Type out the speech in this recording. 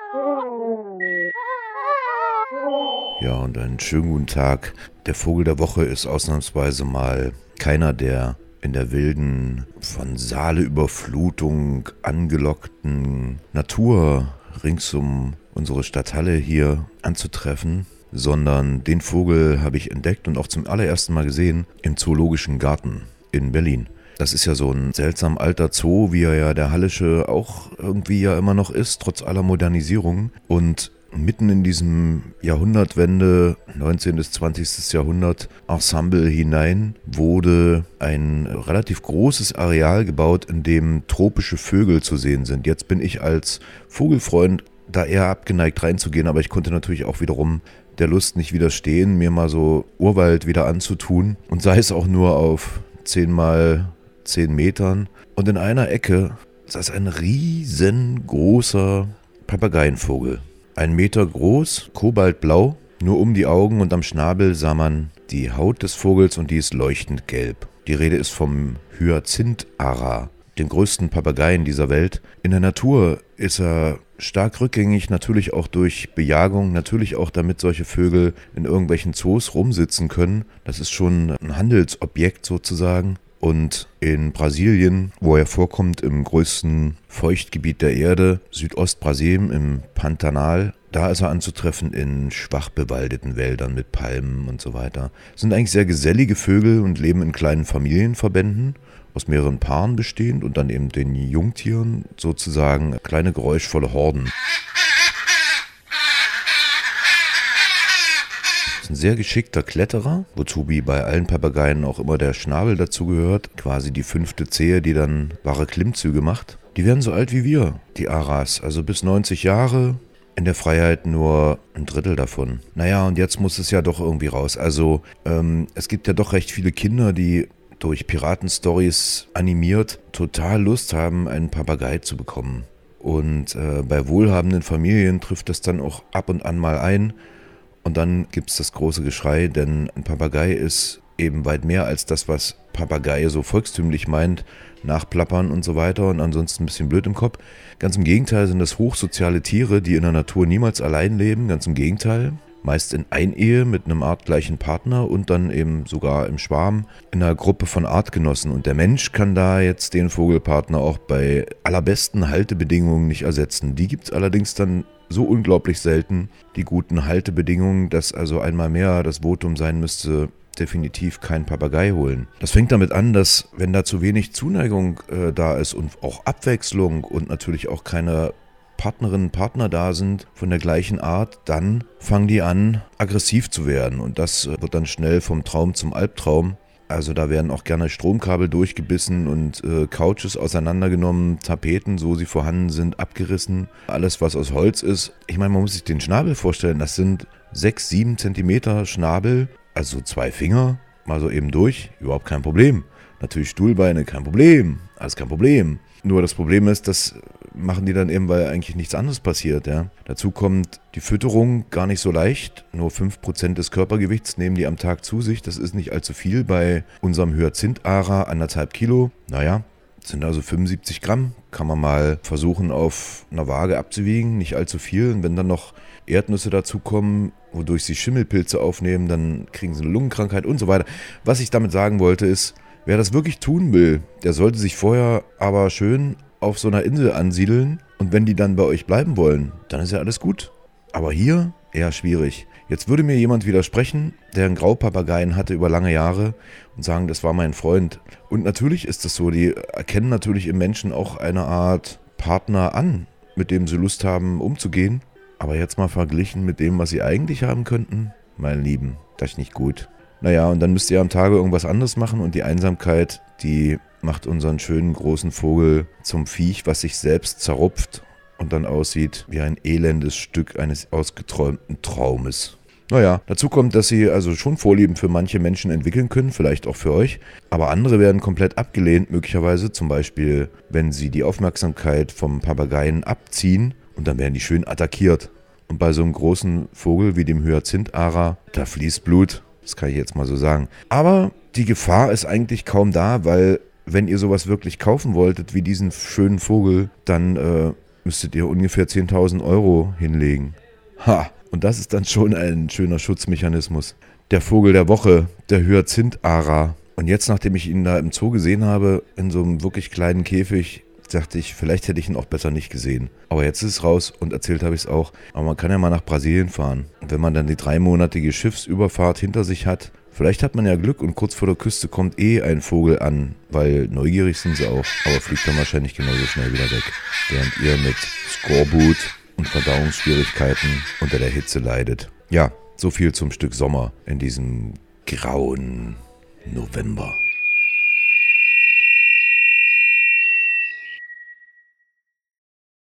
Ja, und einen schönen guten Tag. Der Vogel der Woche ist ausnahmsweise mal keiner der in der wilden, von Saaleüberflutung angelockten Natur rings um unsere Stadthalle hier anzutreffen, sondern den Vogel habe ich entdeckt und auch zum allerersten Mal gesehen im Zoologischen Garten in Berlin. Das ist ja so ein seltsam alter Zoo, wie er ja der Hallische auch irgendwie ja immer noch ist, trotz aller Modernisierung. Und mitten in diesem Jahrhundertwende, 19. bis 20. Jahrhundert, Ensemble hinein, wurde ein relativ großes Areal gebaut, in dem tropische Vögel zu sehen sind. Jetzt bin ich als Vogelfreund da eher abgeneigt reinzugehen, aber ich konnte natürlich auch wiederum der Lust nicht widerstehen, mir mal so Urwald wieder anzutun und sei es auch nur auf 10 mal 10 Metern. Und in einer Ecke saß ein riesengroßer Papageienvogel. 1 Meter groß, kobaltblau, nur um die Augen und am Schnabel sah man die Haut des Vogels und die ist leuchtend gelb. Die Rede ist vom Hyazintara, dem größten Papageien dieser Welt. In der Natur ist er stark rückgängig, natürlich auch durch Bejagung, natürlich auch damit solche Vögel in irgendwelchen Zoos rumsitzen können. Das ist schon ein Handelsobjekt sozusagen. Und in Brasilien, wo er vorkommt, im größten Feuchtgebiet der Erde, Südostbrasilien im Pantanal, da ist er anzutreffen in schwach bewaldeten Wäldern mit Palmen und so weiter. Es sind eigentlich sehr gesellige Vögel und leben in kleinen Familienverbänden, aus mehreren Paaren bestehend und dann eben den Jungtieren sozusagen kleine geräuschvolle Horden. Ein sehr geschickter Kletterer, wozu wie bei allen Papageien auch immer der Schnabel dazugehört, quasi die 5. Zehe, die dann wahre Klimmzüge macht. Die werden so alt wie wir, die Aras, also bis 90 Jahre, in der Freiheit nur 1/3 davon. Naja, und jetzt muss es ja doch irgendwie raus. Also es gibt ja doch recht viele Kinder, die durch Piratenstories animiert total Lust haben, einen Papagei zu bekommen. Und bei wohlhabenden Familien trifft das dann auch ab und an mal ein. Und dann gibt es das große Geschrei, denn ein Papagei ist eben weit mehr als das, was Papagei so volkstümlich meint, nachplappern und so weiter und ansonsten ein bisschen blöd im Kopf. Ganz im Gegenteil sind das hochsoziale Tiere, die in der Natur niemals allein leben, ganz im Gegenteil. Meist in Einehe mit einem artgleichen Partner und dann eben sogar im Schwarm in einer Gruppe von Artgenossen. Und der Mensch kann da jetzt den Vogelpartner auch bei allerbesten Haltebedingungen nicht ersetzen. Die gibt es allerdings dann so unglaublich selten, die guten Haltebedingungen, dass also einmal mehr das Votum sein müsste, definitiv kein Papagei holen. Das fängt damit an, dass wenn da zu wenig Zuneigung da ist und auch Abwechslung und natürlich auch keine Partnerinnen und Partner da sind von der gleichen Art, dann fangen die an, aggressiv zu werden. Und das wird dann schnell vom Traum zum Albtraum. Also da werden auch gerne Stromkabel durchgebissen und Couches auseinandergenommen, Tapeten, so sie vorhanden sind, abgerissen. Alles, was aus Holz ist. Ich meine, man muss sich den Schnabel vorstellen. Das sind 6, 7 Zentimeter Schnabel, also 2 Finger, mal so eben durch, überhaupt kein Problem. Natürlich Stuhlbeine, kein Problem, alles kein Problem. Nur das Problem ist, das machen die dann eben, weil eigentlich nichts anderes passiert. Ja. Dazu kommt die Fütterung gar nicht so leicht. Nur 5% des Körpergewichts nehmen die am Tag zu sich. Das ist nicht allzu viel bei unserem Hyazintara, 1,5 Kilo. Naja, das sind also 75 Gramm. Kann man mal versuchen, auf einer Waage abzuwiegen. Nicht allzu viel. Und wenn dann noch Erdnüsse dazukommen, wodurch sie Schimmelpilze aufnehmen, dann kriegen sie eine Lungenkrankheit und so weiter. Was ich damit sagen wollte ist, wer das wirklich tun will, der sollte sich vorher aber schön auf so einer Insel ansiedeln und wenn die dann bei euch bleiben wollen, dann ist ja alles gut. Aber hier eher schwierig. Jetzt würde mir jemand widersprechen, der einen Graupapageien hatte über lange Jahre und sagen, das war mein Freund. Und natürlich ist das so, die erkennen natürlich im Menschen auch eine Art Partner an, mit dem sie Lust haben umzugehen. Aber jetzt mal verglichen mit dem, was sie eigentlich haben könnten, mein Lieben, das ist nicht gut. Naja, und dann müsst ihr am Tage irgendwas anderes machen und die Einsamkeit, die macht unseren schönen großen Vogel zum Viech, was sich selbst zerrupft und dann aussieht wie ein elendes Stück eines ausgeträumten Traumes. Naja, dazu kommt, dass sie also schon Vorlieben für manche Menschen entwickeln können, vielleicht auch für euch, aber andere werden komplett abgelehnt, möglicherweise zum Beispiel, wenn sie die Aufmerksamkeit vom Papageien abziehen und dann werden die schön attackiert. Und bei so einem großen Vogel wie dem Hyazintara, da fließt Blut. Das kann ich jetzt mal so sagen. Aber die Gefahr ist eigentlich kaum da, weil wenn ihr sowas wirklich kaufen wolltet wie diesen schönen Vogel, dann müsstet ihr ungefähr 10.000 Euro hinlegen. Ha! Und das ist dann schon ein schöner Schutzmechanismus. Der Vogel der Woche, der Hyazinth-Ara. Und jetzt, nachdem ich ihn da im Zoo gesehen habe, in so einem wirklich kleinen Käfig, dachte ich, vielleicht hätte ich ihn auch besser nicht gesehen. Aber jetzt ist es raus und erzählt habe ich es auch. Aber man kann ja mal nach Brasilien fahren. Und wenn man dann die 3-monatige Schiffsüberfahrt hinter sich hat, vielleicht hat man ja Glück und kurz vor der Küste kommt ein Vogel an, weil neugierig sind sie auch, aber fliegt dann wahrscheinlich genauso schnell wieder weg. Während ihr mit Skorbut und Verdauungsschwierigkeiten unter der Hitze leidet. Ja, so viel zum Stück Sommer in diesem grauen November.